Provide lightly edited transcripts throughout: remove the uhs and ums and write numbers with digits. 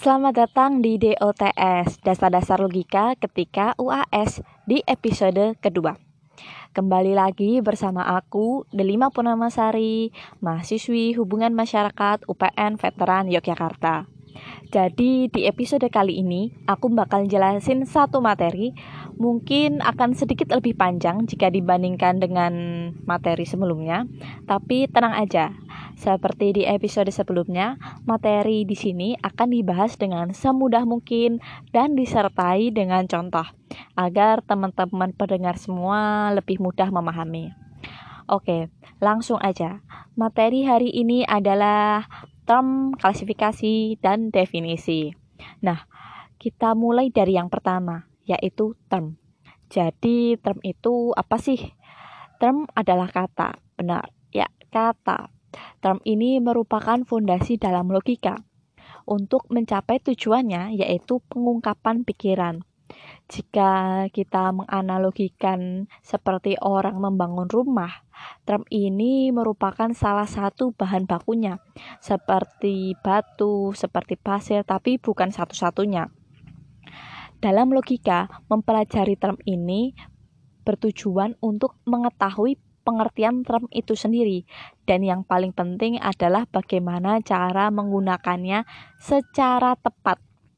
Selamat datang di DOTS, Dasar-Dasar Logika Ketika UAS, di episode kedua. Kembali lagi bersama aku, Delima Purnamasari, mahasiswi Hubungan Masyarakat UPN Veteran Yogyakarta. Jadi di episode kali ini, aku bakal jelasin satu materi, mungkin akan sedikit lebih panjang jika dibandingkan dengan materi sebelumnya, tapi tenang aja. Seperti di episode sebelumnya, materi di sini akan dibahas dengan semudah mungkin dan disertai dengan contoh, agar teman-teman pendengar semua lebih mudah memahami. Oke, langsung aja. Materi hari ini adalah term, klasifikasi, dan definisi. Nah, kita mulai dari yang pertama, yaitu term. Jadi, term itu apa sih? Term adalah kata, benar, ya, kata. Term ini merupakan fondasi dalam logika untuk mencapai tujuannya, yaitu pengungkapan pikiran. Jika kita menganalogikan seperti orang membangun rumah, term ini merupakan salah satu bahan bakunya, seperti batu, seperti pasir, tapi bukan satu-satunya. Dalam logika, mempelajari term ini bertujuan untuk mengetahui pengertian term itu sendiri, dan yang paling penting adalah bagaimana cara menggunakannya secara tepat.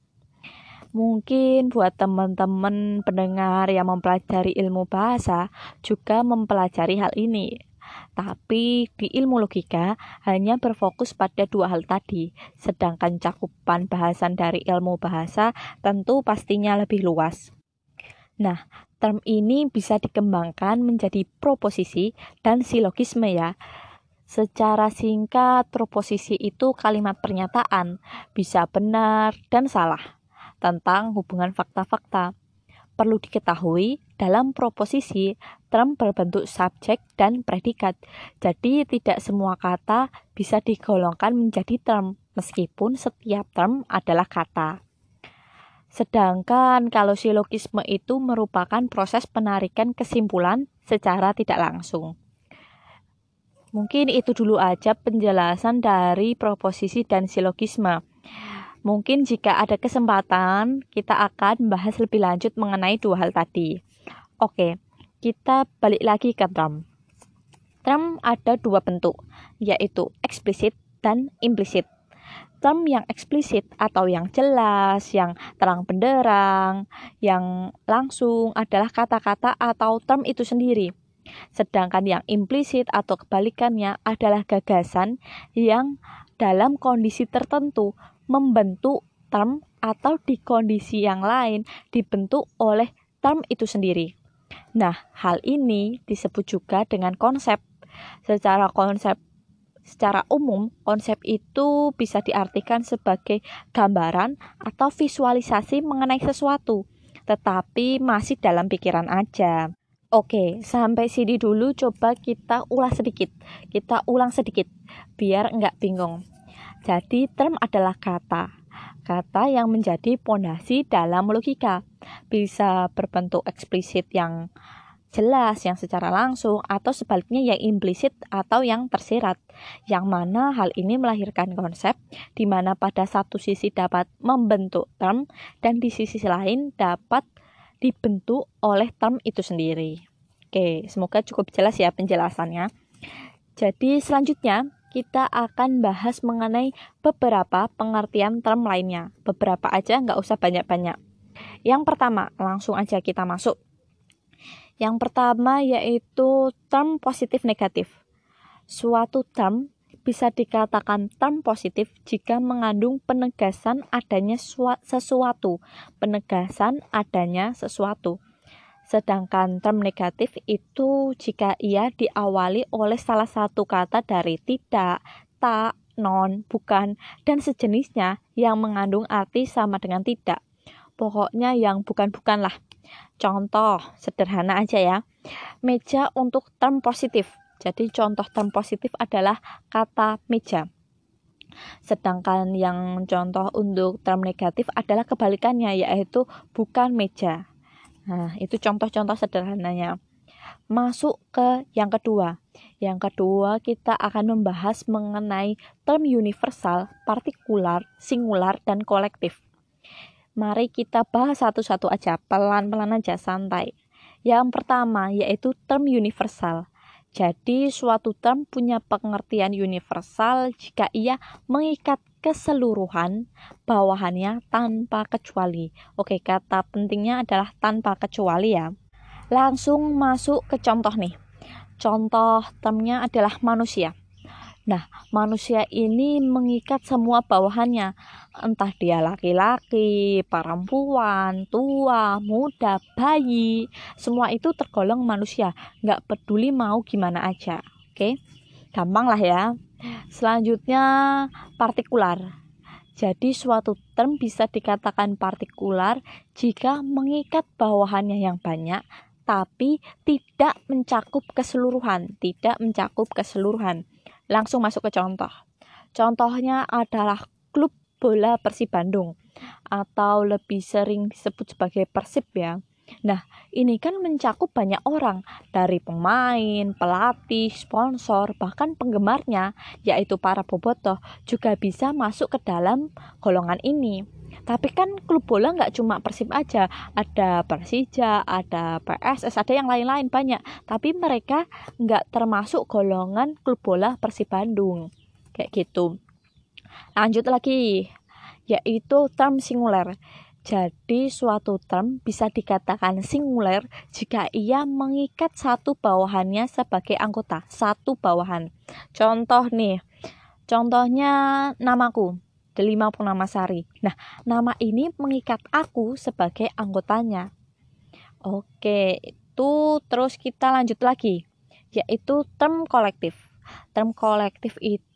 Mungkin buat teman-teman pendengar yang mempelajari ilmu bahasa juga mempelajari hal ini. Tapi di ilmu logika hanya berfokus pada dua hal tadi, sedangkan cakupan bahasan dari ilmu bahasa tentu pastinya lebih luas. Nah, term ini bisa dikembangkan menjadi proposisi dan silogisme ya. Secara singkat, proposisi itu kalimat pernyataan, bisa benar dan salah, tentang hubungan fakta-fakta. Perlu diketahui, dalam proposisi, term berbentuk subjek dan predikat. Jadi, tidak semua kata bisa digolongkan menjadi term, meskipun setiap term adalah kata. Sedangkan kalau silogisme itu merupakan proses penarikan kesimpulan secara tidak langsung. Mungkin itu dulu aja penjelasan dari proposisi dan silogisme. Mungkin jika ada kesempatan, kita akan membahas lebih lanjut mengenai dua hal tadi. Oke, kita balik lagi ke term. Term ada dua bentuk, yaitu eksplisit dan implisit. Term yang eksplisit atau yang jelas, yang terang benderang, yang langsung adalah kata-kata atau term itu sendiri. Sedangkan yang implisit atau kebalikannya adalah gagasan yang dalam kondisi tertentu membentuk term atau di kondisi yang lain dibentuk oleh term itu sendiri. Nah, hal ini disebut juga dengan konsep. Secara umum, konsep itu bisa diartikan sebagai gambaran atau visualisasi mengenai sesuatu, tetapi masih dalam pikiran aja. Oke, sampai sini dulu coba kita ulang sedikit, biar nggak bingung. Jadi, term adalah kata yang menjadi pondasi dalam logika. Bisa berbentuk eksplisit yang jelas, yang secara langsung, atau sebaliknya yang implisit atau yang tersirat, yang mana hal ini melahirkan konsep di mana pada satu sisi dapat membentuk term dan di sisi lain dapat dibentuk oleh term itu sendiri. Oke, semoga cukup jelas ya penjelasannya. Jadi selanjutnya kita akan bahas mengenai beberapa pengertian term lainnya. Beberapa aja, nggak usah banyak-banyak. Yang pertama, langsung aja kita masuk. Yang pertama yaitu term positif negatif. Suatu term bisa dikatakan term positif jika mengandung penegasan adanya sesuatu. Sedangkan term negatif itu jika ia diawali oleh salah satu kata dari tidak, tak, non, bukan, dan sejenisnya yang mengandung arti sama dengan tidak. Pokoknya yang bukan-bukan lah. Contoh sederhana aja ya. Meja untuk term positif. Jadi contoh term positif adalah kata meja. Sedangkan yang contoh untuk term negatif adalah kebalikannya, yaitu bukan meja. Nah, itu contoh-contoh sederhananya. Masuk ke yang kedua. Yang kedua, kita akan membahas mengenai term universal, partikular, singular, dan kolektif. Mari kita bahas satu-satu aja, pelan-pelan aja, santai. Yang pertama yaitu term universal. Jadi suatu term punya pengertian universal jika ia mengikat keseluruhan bawahannya tanpa kecuali. Oke, kata pentingnya adalah tanpa kecuali ya. Langsung masuk ke contoh nih. Contoh termnya adalah manusia. Nah, manusia ini mengikat semua bawahannya, entah dia laki-laki, perempuan, tua, muda, bayi, semua itu tergolong manusia, nggak peduli mau gimana aja, oke? Gampang lah ya. Selanjutnya, partikular. Jadi suatu term bisa dikatakan partikular jika mengikat bawahannya yang banyak, tapi tidak mencakup keseluruhan, Langsung masuk ke contoh. Contohnya adalah klub bola Persib Bandung atau lebih sering disebut sebagai Persib ya. Nah, ini kan mencakup banyak orang, dari pemain, pelatih, sponsor, bahkan penggemarnya, yaitu para bobotoh, juga bisa masuk ke dalam golongan ini. Tapi kan klub bola nggak cuma Persib aja, ada Persija, ada PSS, ada yang lain-lain banyak. Tapi mereka nggak termasuk golongan klub bola Persib Bandung, kayak gitu. Lanjut lagi, yaitu term singular. Jadi suatu term bisa dikatakan singular jika ia mengikat satu bawahannya sebagai anggota, satu bawahan. Contoh nih, contohnya namaku, Delima Purnamasari. Nah, nama ini mengikat aku sebagai anggotanya. Oke, itu terus kita lanjut lagi, yaitu term kolektif. Term kolektif itu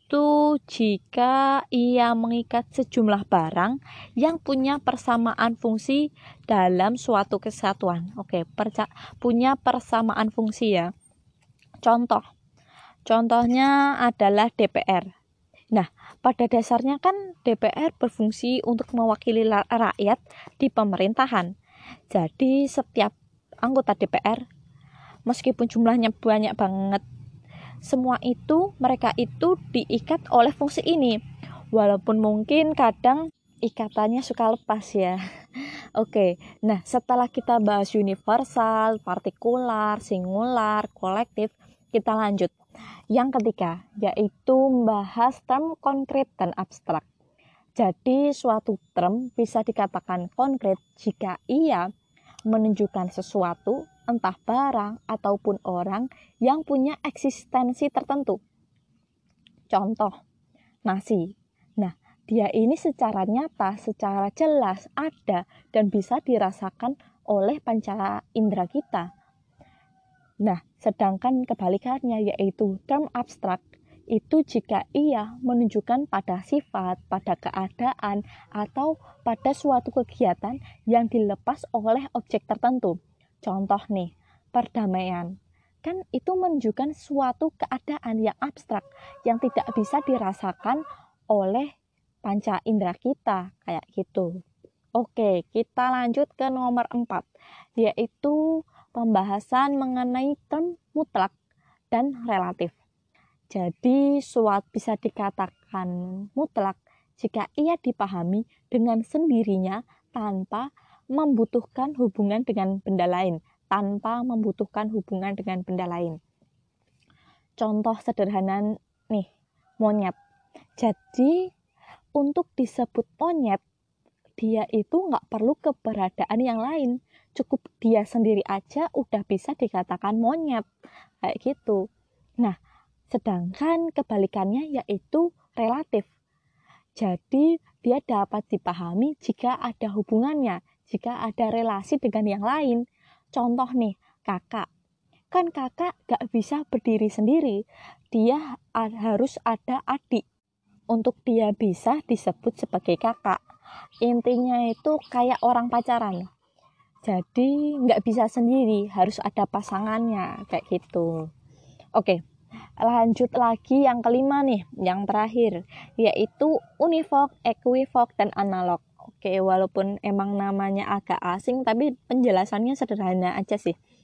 jika ia mengikat sejumlah barang yang punya persamaan fungsi dalam suatu kesatuan. Oke, punya persamaan fungsi ya. Contohnya adalah DPR. Nah, pada dasarnya kan DPR berfungsi untuk mewakili rakyat di pemerintahan. Jadi setiap anggota DPR, meskipun jumlahnya banyak banget, semua itu mereka itu diikat oleh fungsi ini. Walaupun mungkin kadang ikatannya suka lepas ya. Oke, nah setelah kita bahas universal, partikular, singular, kolektif, kita lanjut. Yang ketiga, yaitu membahas term konkret dan abstrak. Jadi suatu term bisa dikatakan konkret jika ia menunjukkan sesuatu, entah barang ataupun orang yang punya eksistensi tertentu. Contoh, nasi. Nah, dia ini secara nyata, secara jelas ada dan bisa dirasakan oleh panca indera kita. Nah, sedangkan kebalikannya yaitu term abstrak itu jika ia menunjukkan pada sifat, pada keadaan, atau pada suatu kegiatan yang dilepas oleh objek tertentu. Contoh nih, perdamaian. Kan itu menunjukkan suatu keadaan yang abstrak, yang tidak bisa dirasakan oleh panca indera kita, kayak gitu. Oke, kita lanjut ke nomor 4, yaitu pembahasan mengenai term mutlak dan relatif. Jadi suatu bisa dikatakan mutlak jika ia dipahami dengan sendirinya tanpa membutuhkan hubungan dengan benda lain, Contoh sederhana nih, monyet. Jadi untuk disebut monyet, dia itu nggak perlu keberadaan yang lain, cukup dia sendiri aja udah bisa dikatakan monyet, kayak gitu. Nah, sedangkan kebalikannya yaitu relatif. Jadi dia dapat dipahami jika ada hubungannya, jika ada relasi dengan yang lain. Contoh nih, kakak. Kan kakak gak bisa berdiri sendiri, dia harus ada adik untuk dia bisa disebut sebagai kakak. Intinya itu kayak orang pacaran. Jadi gak bisa sendiri, harus ada pasangannya, kayak gitu. Oke. Lanjut lagi yang kelima nih, yang terakhir, yaitu univok, equivok, dan analog. Oke, walaupun emang namanya agak asing, tapi penjelasannya sederhana aja sih.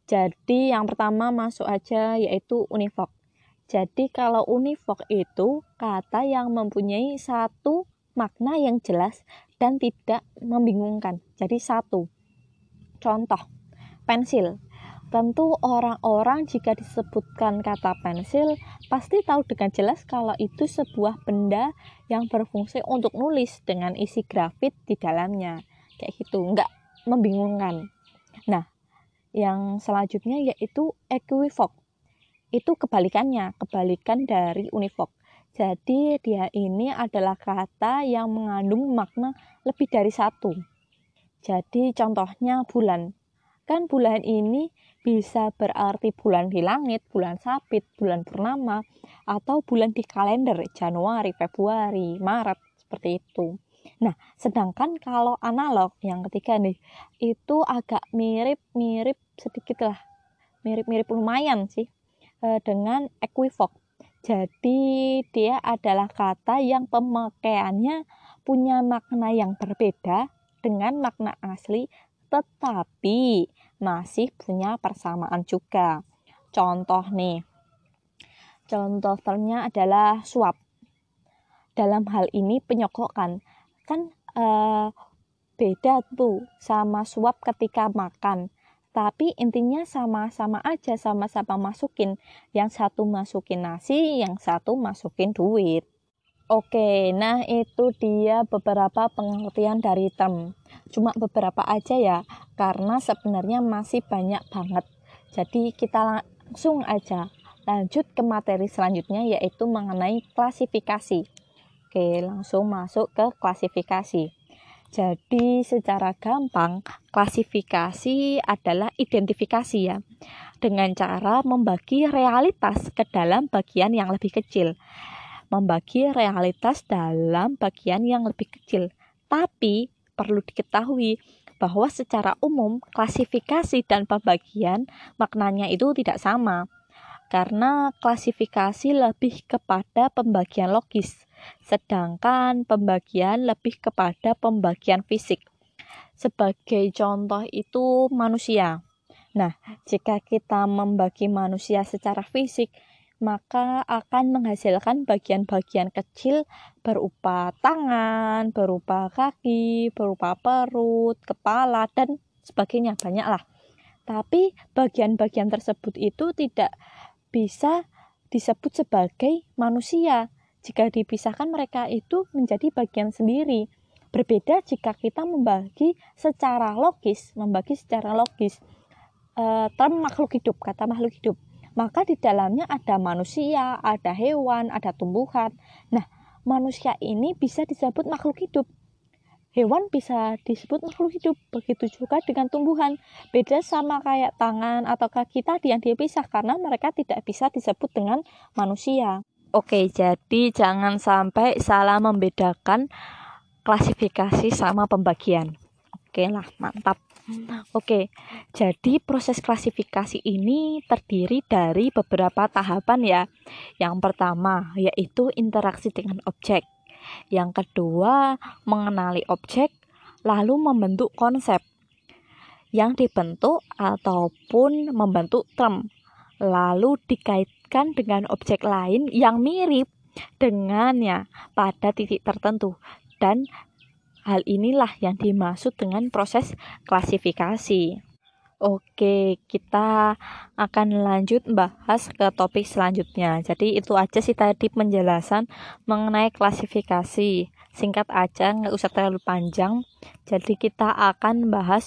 Jadi yang pertama masuk aja yaitu univoc. Jadi kalau univoc itu kata yang mempunyai satu makna yang jelas dan tidak membingungkan. Jadi satu. Contoh, pensil. Tentu orang-orang jika disebutkan kata pensil pasti tahu dengan jelas kalau itu sebuah benda yang berfungsi untuk nulis dengan isi grafit di dalamnya. Kayak gitu, nggak membingungkan. Nah, yang selanjutnya yaitu equivoc. Itu kebalikan dari univoc. Jadi dia ini adalah kata yang mengandung makna lebih dari satu. Jadi contohnya bulan. Kan bulan ini bisa berarti bulan di langit, bulan sabit, bulan purnama, atau bulan di kalender, Januari, Februari, Maret, seperti itu. Nah, sedangkan kalau analog, yang ketiga nih, itu agak mirip-mirip sedikit lah, mirip-mirip lumayan sih, dengan equivoc. Jadi, dia adalah kata yang pemakaiannya punya makna yang berbeda dengan makna asli, tetapi masih punya persamaan juga. Contohnya adalah suap. Dalam hal ini penyokokkan. Kan beda tuh sama suap ketika makan. Tapi intinya sama-sama aja, sama-sama masukin. Yang satu masukin nasi, yang satu masukin duit. Oke, nah itu dia beberapa pengertian dari term. Cuma beberapa aja ya, karena sebenarnya masih banyak banget. Jadi kita langsung aja lanjut ke materi selanjutnya, yaitu mengenai klasifikasi. Oke, langsung masuk ke klasifikasi. Jadi secara gampang, klasifikasi adalah identifikasi ya, dengan cara membagi realitas ke dalam bagian yang lebih kecil. Membagi realitas dalam bagian yang lebih kecil. Tapi perlu diketahui bahwa secara umum klasifikasi dan pembagian maknanya itu tidak sama. Karena klasifikasi lebih kepada pembagian logis, sedangkan pembagian lebih kepada pembagian fisik. Sebagai contoh itu manusia. Nah, jika kita membagi manusia secara fisik, maka akan menghasilkan bagian-bagian kecil berupa tangan, berupa kaki, berupa perut, kepala, dan sebagainya, banyaklah. Tapi bagian-bagian tersebut itu tidak bisa disebut sebagai manusia. Jika dipisahkan, mereka itu menjadi bagian sendiri. Berbeda jika kita membagi secara logis, term makhluk hidup, kata makhluk hidup. Maka di dalamnya ada manusia, ada hewan, ada tumbuhan. Nah, manusia ini bisa disebut makhluk hidup. Hewan bisa disebut makhluk hidup. Begitu juga dengan tumbuhan. Beda sama kayak tangan atau kaki tadi yang dipisah, karena mereka tidak bisa disebut dengan manusia. Oke, jadi jangan sampai salah membedakan klasifikasi sama pembagian. Oke lah, mantap. Oke, jadi proses klasifikasi ini terdiri dari beberapa tahapan ya. Yang pertama yaitu interaksi dengan objek. Yang kedua mengenali objek, lalu membentuk konsep yang dibentuk ataupun membentuk term, lalu dikaitkan dengan objek lain yang mirip dengannya pada titik tertentu, dan hal inilah yang dimaksud dengan proses klasifikasi. Oke, kita akan lanjut bahas ke topik selanjutnya. Jadi itu aja sih tadi penjelasan mengenai klasifikasi. Singkat aja, nggak usah terlalu panjang. Jadi kita akan bahas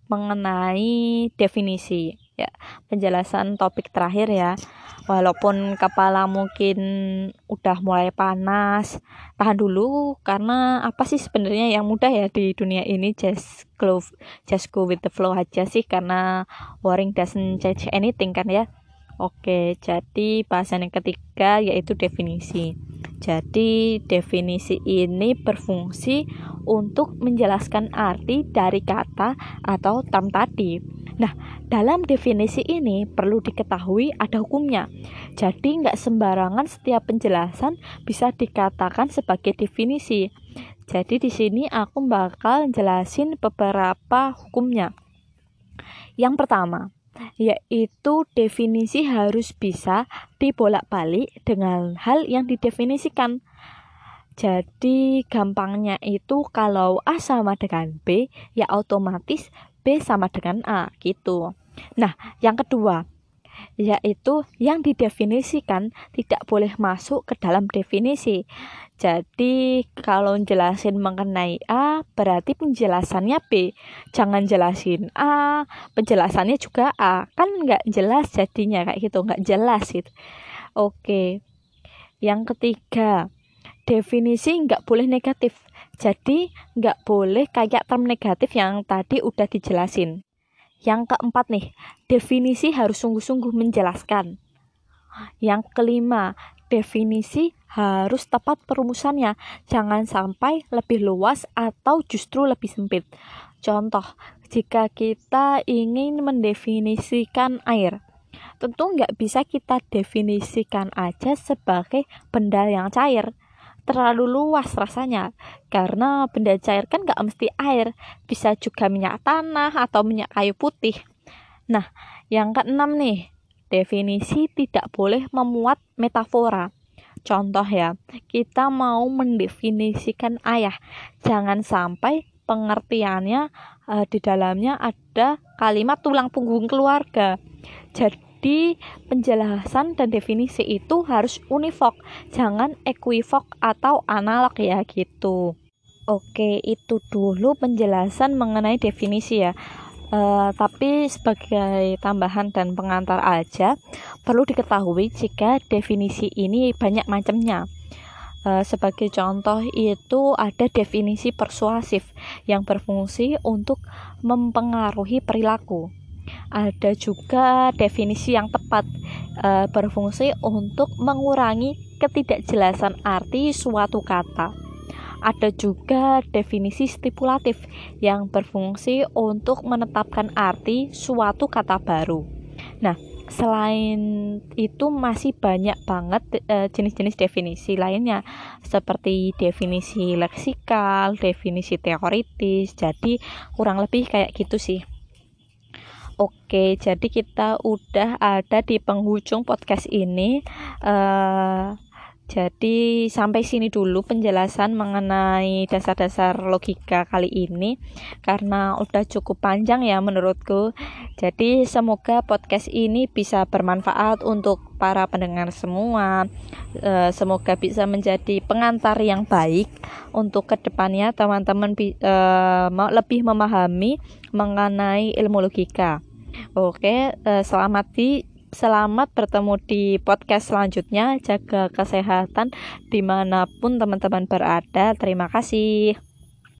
mengenai definisi. Ya, penjelasan topik terakhir ya. Walaupun kepala mungkin udah mulai panas, tahan dulu, karena apa sih sebenarnya yang mudah ya di dunia ini, just go with the flow aja sih, karena worrying doesn't change anything kan ya. Oke, jadi bahasan yang ketiga yaitu definisi. Jadi definisi ini berfungsi untuk menjelaskan arti dari kata atau term tadi. Nah, dalam definisi ini perlu diketahui ada hukumnya. Jadi nggak sembarangan setiap penjelasan bisa dikatakan sebagai definisi. Jadi di sini aku bakal jelasin beberapa hukumnya. Yang pertama, yaitu definisi harus bisa dibolak-balik dengan hal yang didefinisikan. Jadi gampangnya itu kalau A sama dengan B, ya otomatis B sama dengan A gitu. Nah, yang kedua, yaitu yang didefinisikan tidak boleh masuk ke dalam definisi. Jadi kalau jelasin mengenai A, berarti penjelasannya B. Jangan jelasin A, penjelasannya juga A. Kan nggak jelas jadinya kayak gitu, nggak jelas gitu. Oke, yang ketiga, definisi nggak boleh negatif. Jadi nggak boleh kayak term negatif yang tadi udah dijelasin. Yang keempat nih, definisi harus sungguh-sungguh menjelaskan. Yang kelima, definisi harus tepat perumusannya. Jangan sampai lebih luas atau justru lebih sempit. Contoh, jika kita ingin mendefinisikan air, tentu nggak bisa kita definisikan aja sebagai benda yang cair. Terlalu luas rasanya, karena benda cair kan nggak mesti air, bisa juga minyak tanah atau minyak kayu putih. Nah, yang keenam nih, definisi tidak boleh memuat metafora. Contoh ya, kita mau mendefinisikan ayah, jangan sampai pengertiannya di dalamnya ada kalimat tulang punggung keluarga. Jadi penjelasan dan definisi itu harus univok, jangan equivok atau analog ya gitu. Oke, itu dulu penjelasan mengenai definisi ya. Tapi sebagai tambahan dan pengantar aja, perlu diketahui jika definisi ini banyak macamnya. Sebagai contoh itu ada definisi persuasif yang berfungsi untuk mempengaruhi perilaku. Ada juga definisi yang tepat, berfungsi untuk mengurangi ketidakjelasan arti suatu kata. Ada juga definisi stipulatif yang berfungsi untuk menetapkan arti suatu kata baru. Nah, selain itu masih banyak banget jenis-jenis definisi lainnya, seperti definisi leksikal, definisi teoritis. Jadi kurang lebih kayak gitu sih. Oke, jadi kita udah ada di penghujung podcast ini. Jadi sampai sini dulu penjelasan mengenai dasar-dasar logika kali ini, karena udah cukup panjang ya menurutku. Jadi semoga podcast ini bisa bermanfaat untuk para pendengar semua. Semoga bisa menjadi pengantar yang baik untuk kedepannya teman-teman lebih memahami mengenai ilmu logika. Oke, selamat bertemu di podcast selanjutnya. Jaga kesehatan dimanapun teman-teman berada. Terima kasih.